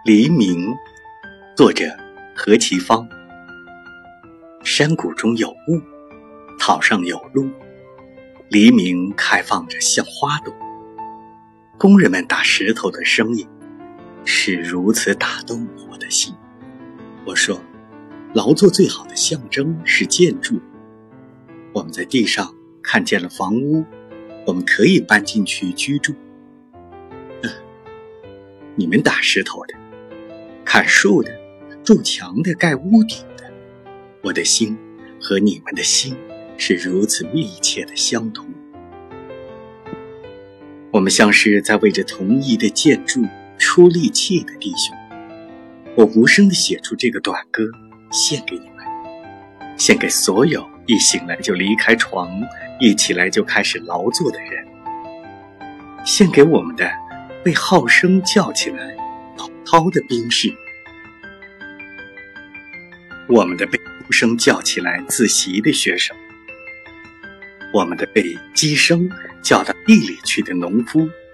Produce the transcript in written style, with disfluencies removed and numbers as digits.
黎明，作者何其芳。山谷中有雾，草上有路，黎明开放着像花朵。工人们打石头的声音是如此打动我的心。我说，劳作最好的象征是建筑。我们在地上看见了房屋，我们可以搬进去居住。你们打石头的，砍树的，筑墙的，盖屋顶的，我的心和你们的心是如此密切的相同。我们像是在为着同一的建筑出力气的弟兄。我无声地写出这个短歌，献给你们，献给所有一醒来就离开床，一起来就开始劳作的人，献给我们的被号声叫起来跑操的兵士，我们的被呼声叫起来自习的学生，我们的被鸡声叫到地里去的农夫，